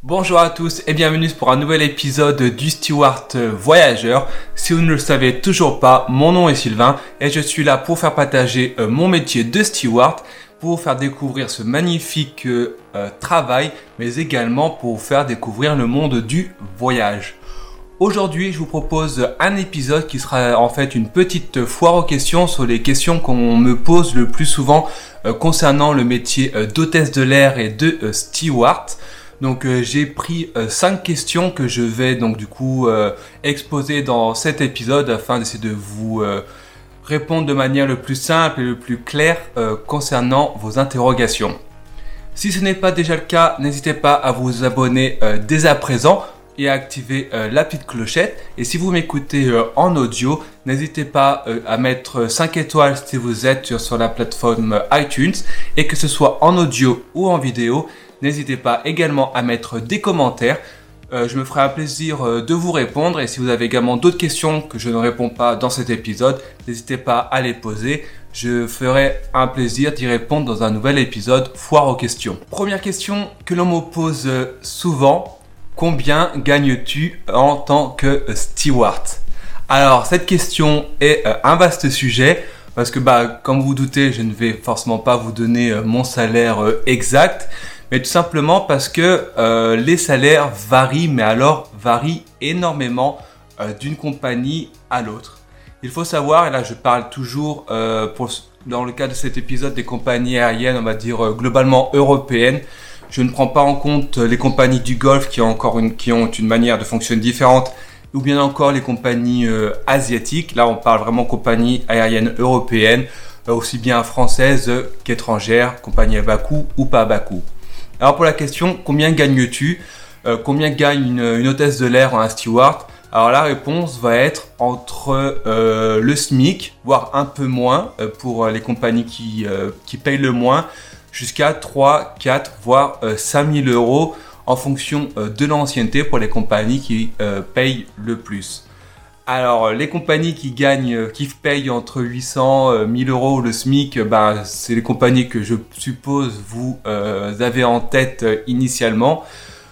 Bonjour à tous et bienvenue pour un nouvel épisode du Steward Voyageur. Si vous ne le savez toujours pas, mon nom est Sylvain et je suis là pour faire partager mon métier de steward, pour vous faire découvrir ce magnifique travail, mais également pour vous faire découvrir le monde du voyage. Aujourd'hui, je vous propose un épisode qui sera en fait une petite foire aux questions sur les questions qu'on me pose le plus souvent concernant le métier d'hôtesse de l'air et de steward. Donc j'ai pris 5 questions que je vais donc du coup exposer dans cet épisode afin d'essayer de vous répondre de manière le plus simple et le plus claire concernant vos interrogations. Si ce n'est pas déjà le cas, n'hésitez pas à vous abonner dès à présent et à activer la petite clochette. Et si vous m'écoutez en audio, n'hésitez pas à mettre 5 étoiles si vous êtes sur la plateforme iTunes et que ce soit en audio ou en vidéo. N'hésitez pas également à mettre des commentaires. Je me ferai un plaisir de vous répondre. Et si vous avez également d'autres questions que je ne réponds pas dans cet épisode, n'hésitez pas à les poser. Je ferai un plaisir d'y répondre dans un nouvel épisode foire aux questions. Première question que l'on me pose souvent. Combien gagnes-tu en tant que steward? Alors cette question est un vaste sujet. Parce que comme vous vous doutez, je ne vais forcément pas vous donner mon salaire exact. Mais tout simplement parce que les salaires varient, mais alors varient énormément d'une compagnie à l'autre. Il faut savoir, et là je parle toujours dans le cas de cet épisode des compagnies aériennes, on va dire globalement européennes. Je ne prends pas en compte les compagnies du Golfe qui ont une manière de fonctionner différente, ou bien encore les compagnies asiatiques. Là on parle vraiment compagnies aériennes européennes, aussi bien françaises qu'étrangères, compagnies à bas coût ou pas à bas coût. Alors pour la question, combien gagnes-tu? Combien gagne une hôtesse de l'air ou un steward? Alors la réponse va être entre le SMIC, voire un peu moins pour les compagnies qui payent le moins, jusqu'à 3, 4, voire 5 000 euros en fonction de l'ancienneté pour les compagnies qui payent le plus. Alors, les compagnies qui payent entre 800 1000 euros le SMIC, c'est les compagnies que je suppose vous avez en tête initialement.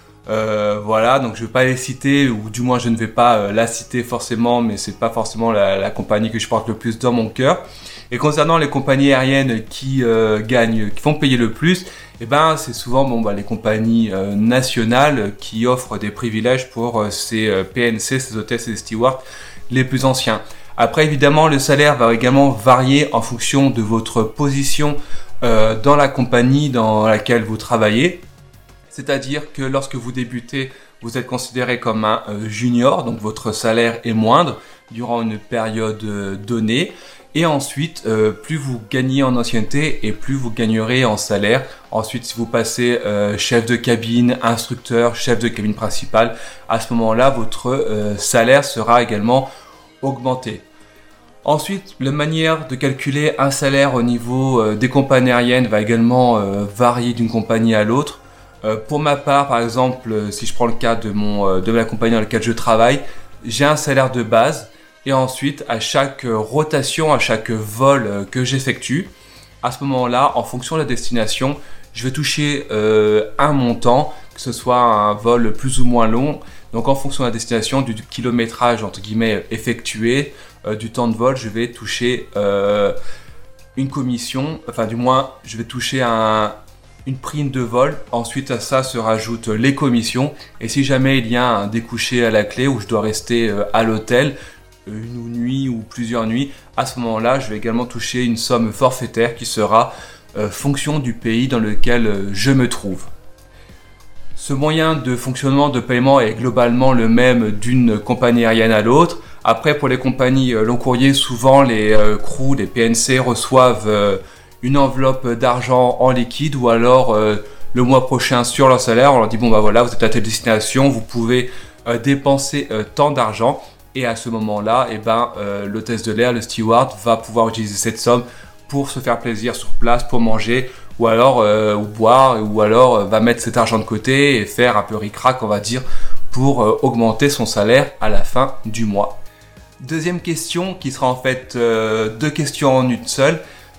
Voilà, donc je ne vais pas les citer, ou du moins je ne vais pas la citer forcément, mais c'est pas forcément la compagnie que je porte le plus dans mon cœur. Et concernant les compagnies aériennes qui font payer le plus, c'est souvent les compagnies nationales qui offrent des privilèges pour ces PNC, ces hôtesses et ces stewards les plus anciens. Après, évidemment, le salaire va également varier en fonction de votre position dans la compagnie dans laquelle vous travaillez. C'est-à-dire que lorsque vous débutez, vous êtes considéré comme un junior, donc votre salaire est moindre durant une période donnée. Et ensuite, plus vous gagnez en ancienneté et plus vous gagnerez en salaire. Ensuite, si vous passez chef de cabine, instructeur, chef de cabine principale, à ce moment-là, votre salaire sera également augmenté. Ensuite, la manière de calculer un salaire au niveau des compagnies aériennes va également varier d'une compagnie à l'autre. Pour ma part, par exemple, si je prends le cas de la compagnie dans laquelle je travaille, j'ai un salaire de base. Et ensuite, à chaque rotation, à chaque vol que j'effectue, à ce moment-là, en fonction de la destination, je vais toucher un montant, que ce soit un vol plus ou moins long. Donc en fonction de la destination, du kilométrage entre guillemets effectué, du temps de vol, je vais toucher une commission, enfin du moins, je vais toucher une prime de vol. Ensuite à ça se rajoutent les commissions. Et si jamais il y a un découché à la clé où je dois rester à l'hôtel, une nuit ou plusieurs nuits, à ce moment-là, je vais également toucher une somme forfaitaire qui sera fonction du pays dans lequel je me trouve. Ce moyen de fonctionnement de paiement est globalement le même d'une compagnie aérienne à l'autre. Après, pour les compagnies long courrier, souvent les crews, les PNC reçoivent une enveloppe d'argent en liquide ou alors le mois prochain sur leur salaire. On leur dit voilà, vous êtes à telle destination, vous pouvez dépenser tant d'argent. Et à ce moment-là, l'hôtesse de l'air, le steward, va pouvoir utiliser cette somme pour se faire plaisir sur place, pour manger, ou alors ou boire, ou alors va mettre cet argent de côté et faire un peu ric-rac, on va dire, pour augmenter son salaire à la fin du mois. Deuxième question, qui sera en fait deux questions en une seule.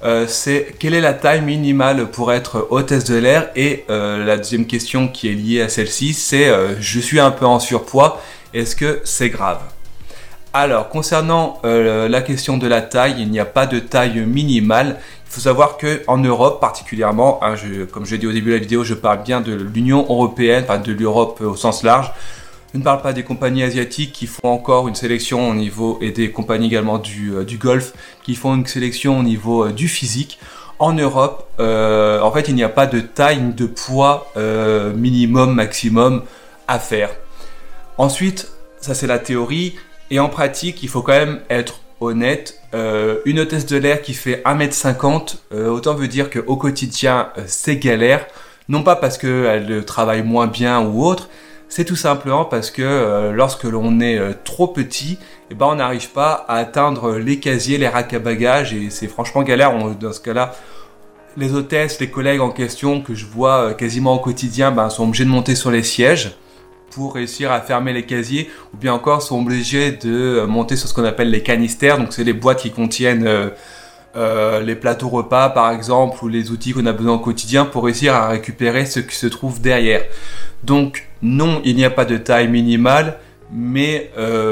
c'est quelle est la taille minimale pour être hôtesse de l'air, et la deuxième question qui est liée à celle-ci, c'est je suis un peu en surpoids, est-ce que c'est grave? Alors, concernant la question de la taille, il n'y a pas de taille minimale. Il faut savoir qu'en Europe particulièrement, hein, comme je l'ai dit au début de la vidéo, je parle bien de l'Union européenne, enfin de l'Europe au sens large. Je ne parle pas des compagnies asiatiques qui font encore une sélection au niveau, et des compagnies également du Golfe qui font une sélection au niveau du physique. En Europe, en fait, il n'y a pas de taille, de poids minimum, maximum à faire. Ensuite, ça c'est la théorie. Et en pratique, il faut quand même être honnête. Une hôtesse de l'air qui fait 1m50, autant veut dire qu'au quotidien, c'est galère. Non pas parce qu'elle travaille moins bien ou autre, c'est tout simplement parce que lorsque l'on est trop petit, eh ben, on n'arrive pas à atteindre les casiers, les racks à bagages, et c'est franchement galère. Dans ce cas-là, les hôtesses, les collègues en question que je vois quasiment au quotidien, ben, sont obligés de monter sur les sièges pour réussir à fermer les casiers, ou bien encore sont obligés de monter sur ce qu'on appelle les canistères. Donc c'est les boîtes qui contiennent les plateaux repas par exemple, ou les outils qu'on a besoin au quotidien pour réussir à récupérer ce qui se trouve derrière. Donc non, il n'y a pas de taille minimale, mais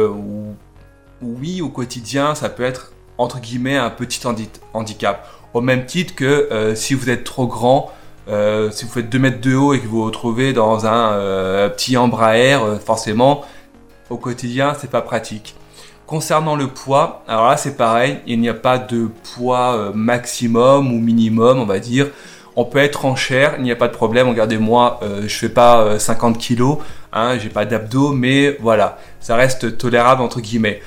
oui, au quotidien ça peut être entre guillemets un petit handicap. Au même titre que si vous êtes trop grand, si vous faites 2 mètres de haut et que vous vous retrouvez dans un petit Embraer, forcément, au quotidien, c'est pas pratique. Concernant le poids, alors là, c'est pareil, il n'y a pas de poids maximum ou minimum, on va dire. On peut être en chair, il n'y a pas de problème. Regardez-moi, je fais pas 50 kilos, hein, j'ai pas d'abdos, mais voilà, ça reste tolérable entre guillemets.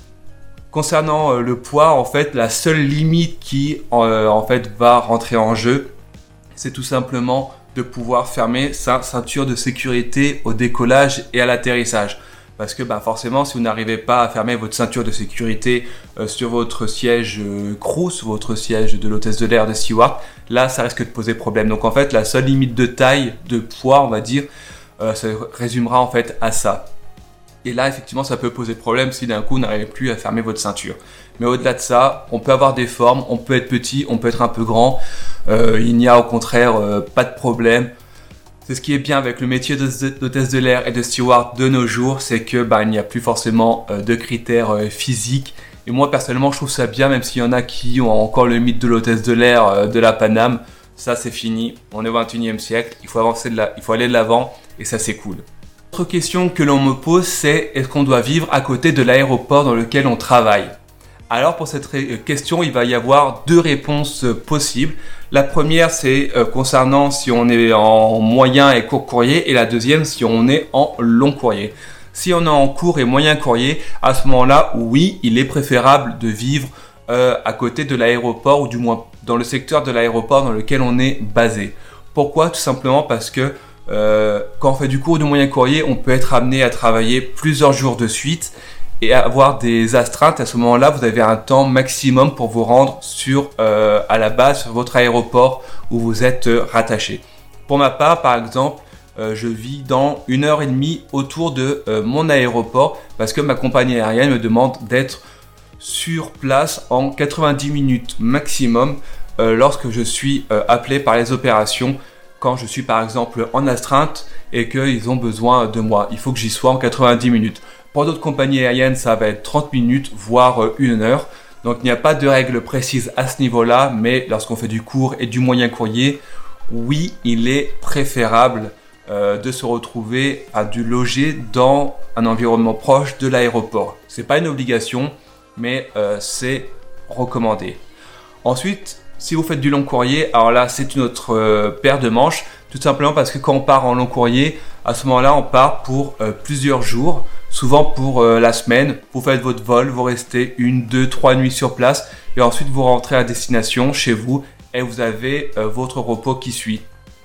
Concernant le poids, en fait, la seule limite qui en fait va rentrer en jeu, c'est tout simplement de pouvoir fermer sa ceinture de sécurité au décollage et à l'atterrissage. Parce que forcément, si vous n'arrivez pas à fermer votre ceinture de sécurité sur votre siège crew, sur votre siège de l'hôtesse de l'air de steward, là, ça risque de poser problème. Donc en fait, la seule limite de taille, de poids, on va dire, ça résumera en fait à ça. Et là, effectivement, ça peut poser problème si d'un coup, vous n'arrivez plus à fermer votre ceinture. Mais au-delà de ça, on peut avoir des formes, on peut être petit, on peut être un peu grand. Il n'y a au contraire pas de problème. C'est ce qui est bien avec le métier d'hôtesse de l'air et de steward de nos jours, c'est que il n'y a plus forcément de critères physiques. Et moi, personnellement, je trouve ça bien, même s'il y en a qui ont encore le mythe de l'hôtesse de l'air de la Paname. Ça, c'est fini. On est au 21e siècle. Il faut aller de l'avant, et ça, c'est cool. Autre question que l'on me pose, c'est est-ce qu'on doit vivre à côté de l'aéroport dans lequel on travaille? Alors pour cette question, il va y avoir deux réponses possibles. La première, c'est concernant si on est en moyen et court courrier, et la deuxième, si on est en long courrier. Si on est en court et moyen courrier, à ce moment-là, oui, il est préférable de vivre à côté de l'aéroport, ou du moins dans le secteur de l'aéroport dans lequel on est basé. Pourquoi? Tout simplement parce que quand on fait du court ou du moyen courrier, on peut être amené à travailler plusieurs jours de suite et avoir des astreintes. À ce moment-là, vous avez un temps maximum pour vous rendre à la base, sur votre aéroport où vous êtes rattaché. Pour ma part, par exemple, je vis dans 1h30 autour de mon aéroport, parce que ma compagnie aérienne me demande d'être sur place en 90 minutes maximum lorsque je suis appelé par les opérations. Quand je suis par exemple en astreinte et qu'ils ont besoin de moi, il faut que j'y sois en 90 minutes. Pour d'autres compagnies aériennes, ça va être 30 minutes, voire 1 heure. Donc il n'y a pas de règle précise à ce niveau-là, mais lorsqu'on fait du court et du moyen courrier, oui, il est préférable de se retrouver de loger dans un environnement proche de l'aéroport. Ce n'est pas une obligation, mais c'est recommandé. Ensuite, si vous faites du long courrier, alors là, c'est une autre paire de manches, tout simplement parce que quand on part en long courrier, à ce moment-là, on part pour plusieurs jours, souvent pour la semaine. Vous faites votre vol, vous restez 1, 2, 3 nuits sur place, et ensuite vous rentrez à destination chez vous, et vous avez votre repos qui suit.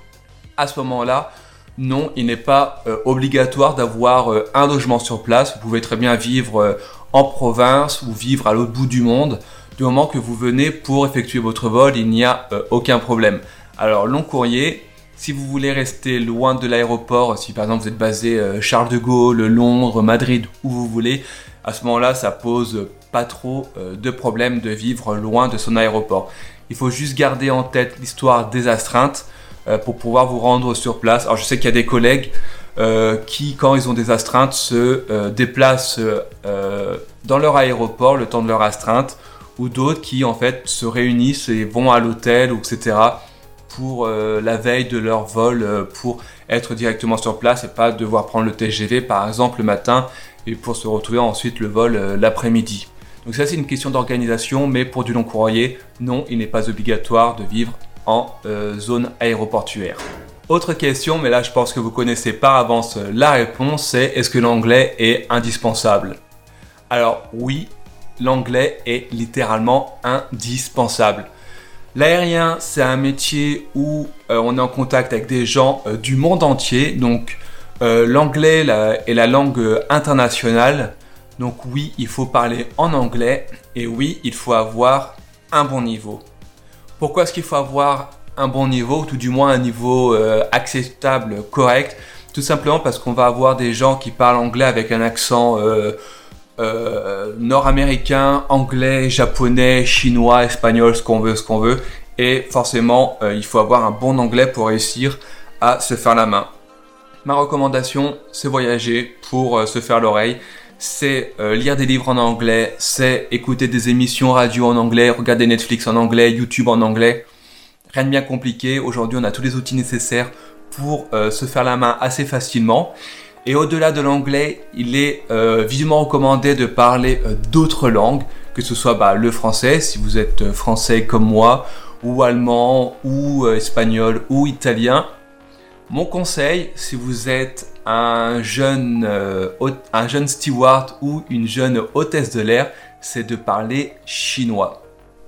À ce moment-là, non, il n'est pas obligatoire d'avoir un logement sur place. Vous pouvez très bien vivre en province ou vivre à l'autre bout du monde. Du moment que vous venez pour effectuer votre vol, il n'y a aucun problème. Alors, long courrier, si vous voulez rester loin de l'aéroport, si par exemple vous êtes basé Charles de Gaulle, Londres, Madrid, où vous voulez, à ce moment-là, ça pose pas trop de problème de vivre loin de son aéroport. Il faut juste garder en tête l'histoire des astreintes pour pouvoir vous rendre sur place. Alors je sais qu'il y a des collègues qui, quand ils ont des astreintes, se déplacent dans leur aéroport le temps de leur astreinte, ou d'autres qui en fait se réunissent et vont à l'hôtel, etc. pour la veille de leur vol, pour être directement sur place et pas devoir prendre le TGV par exemple le matin et pour se retrouver ensuite le vol l'après-midi. Donc ça c'est une question d'organisation, mais pour du long courrier, non, il n'est pas obligatoire de vivre en zone aéroportuaire. Autre question, mais là je pense que vous connaissez par avance la réponse, c'est est-ce que l'anglais est indispensable? Alors oui, l'anglais est littéralement indispensable. L'aérien, c'est un métier où on est en contact avec des gens du monde entier, donc l'anglais est la langue internationale. Donc oui, il faut parler en anglais et oui, il faut avoir un bon niveau. Pourquoi est-ce qu'il faut avoir un bon niveau, ou tout du moins un niveau acceptable, correct? Tout simplement parce qu'on va avoir des gens qui parlent anglais avec un accent nord-américain, anglais, japonais, chinois, espagnol, ce qu'on veut. Et forcément, il faut avoir un bon anglais pour réussir à se faire la main. Ma recommandation, c'est voyager pour se faire l'oreille. C'est lire des livres en anglais, c'est écouter des émissions radio en anglais, regarder Netflix en anglais, YouTube en anglais. Rien de bien compliqué. Aujourd'hui, on a tous les outils nécessaires pour se faire la main assez facilement. Et au-delà de l'anglais, il est vivement recommandé de parler d'autres langues, que ce soit le français, si vous êtes français comme moi, ou allemand, ou espagnol, ou italien. Mon conseil, si vous êtes un jeune steward ou une jeune hôtesse de l'air, c'est de parler chinois.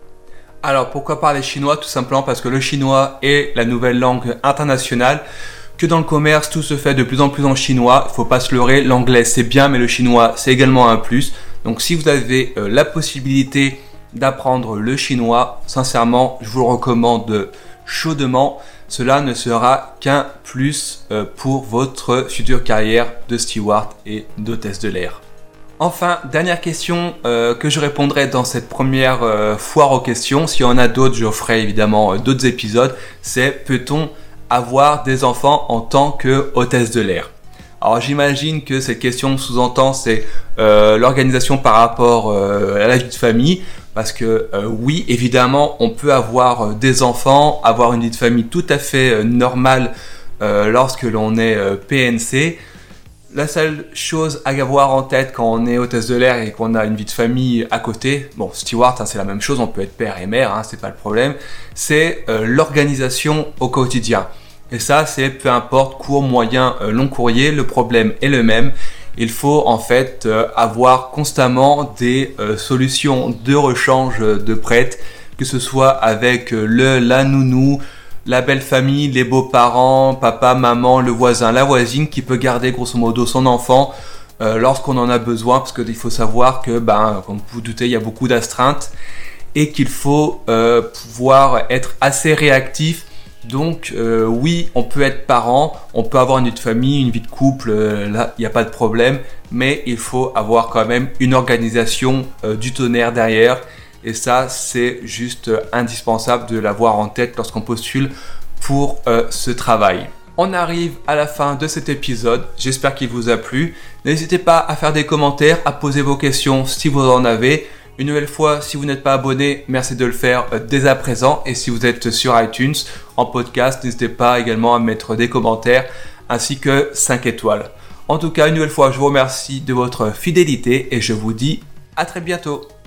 Alors pourquoi parler chinois? Tout simplement parce que le chinois est la nouvelle langue internationale, que dans le commerce tout se fait de plus en plus en chinois. Il ne faut pas se leurrer, l'anglais c'est bien mais le chinois c'est également un plus. Donc si vous avez la possibilité d'apprendre le chinois, sincèrement je vous le recommande chaudement. Cela ne sera qu'un plus pour votre future carrière de steward et d'hôtesse de l'air. Enfin, dernière question que je répondrai dans cette première foire aux questions. S'il y en a d'autres, je ferai évidemment d'autres épisodes. C'est peut-on avoir des enfants en tant que hôtesse de l'air? Alors j'imagine que cette question sous-entend c'est l'organisation par rapport à la vie de famille. Parce que oui, évidemment, on peut avoir des enfants, avoir une vie de famille tout à fait normale lorsque l'on est PNC. La seule chose à avoir en tête quand on est hôtesse de l'air et qu'on a une vie de famille à côté, bon, steward, c'est la même chose, on peut être père et mère, c'est pas le problème, c'est l'organisation au quotidien. Et ça, c'est peu importe, court, moyen, long courrier, le problème est le même. Il faut en fait avoir constamment des solutions de rechange de prêt, que ce soit avec la nounou, la belle famille, les beaux-parents, papa, maman, le voisin, la voisine qui peut garder grosso modo son enfant lorsqu'on en a besoin, parce qu'il faut savoir que, comme vous vous doutez, il y a beaucoup d'astreintes et qu'il faut pouvoir être assez réactif. Donc oui, on peut être parent, on peut avoir une vie de famille, une vie de couple, là il n'y a pas de problème, mais il faut avoir quand même une organisation du tonnerre derrière, et ça c'est juste indispensable de l'avoir en tête lorsqu'on postule pour ce travail. On arrive à la fin de cet épisode, j'espère qu'il vous a plu. N'hésitez pas à faire des commentaires, à poser vos questions si vous en avez. Une nouvelle fois, si vous n'êtes pas abonné, merci de le faire dès à présent. Et si vous êtes sur iTunes, en podcast, n'hésitez pas également à mettre des commentaires ainsi que 5 étoiles. En tout cas, une nouvelle fois, je vous remercie de votre fidélité et je vous dis à très bientôt.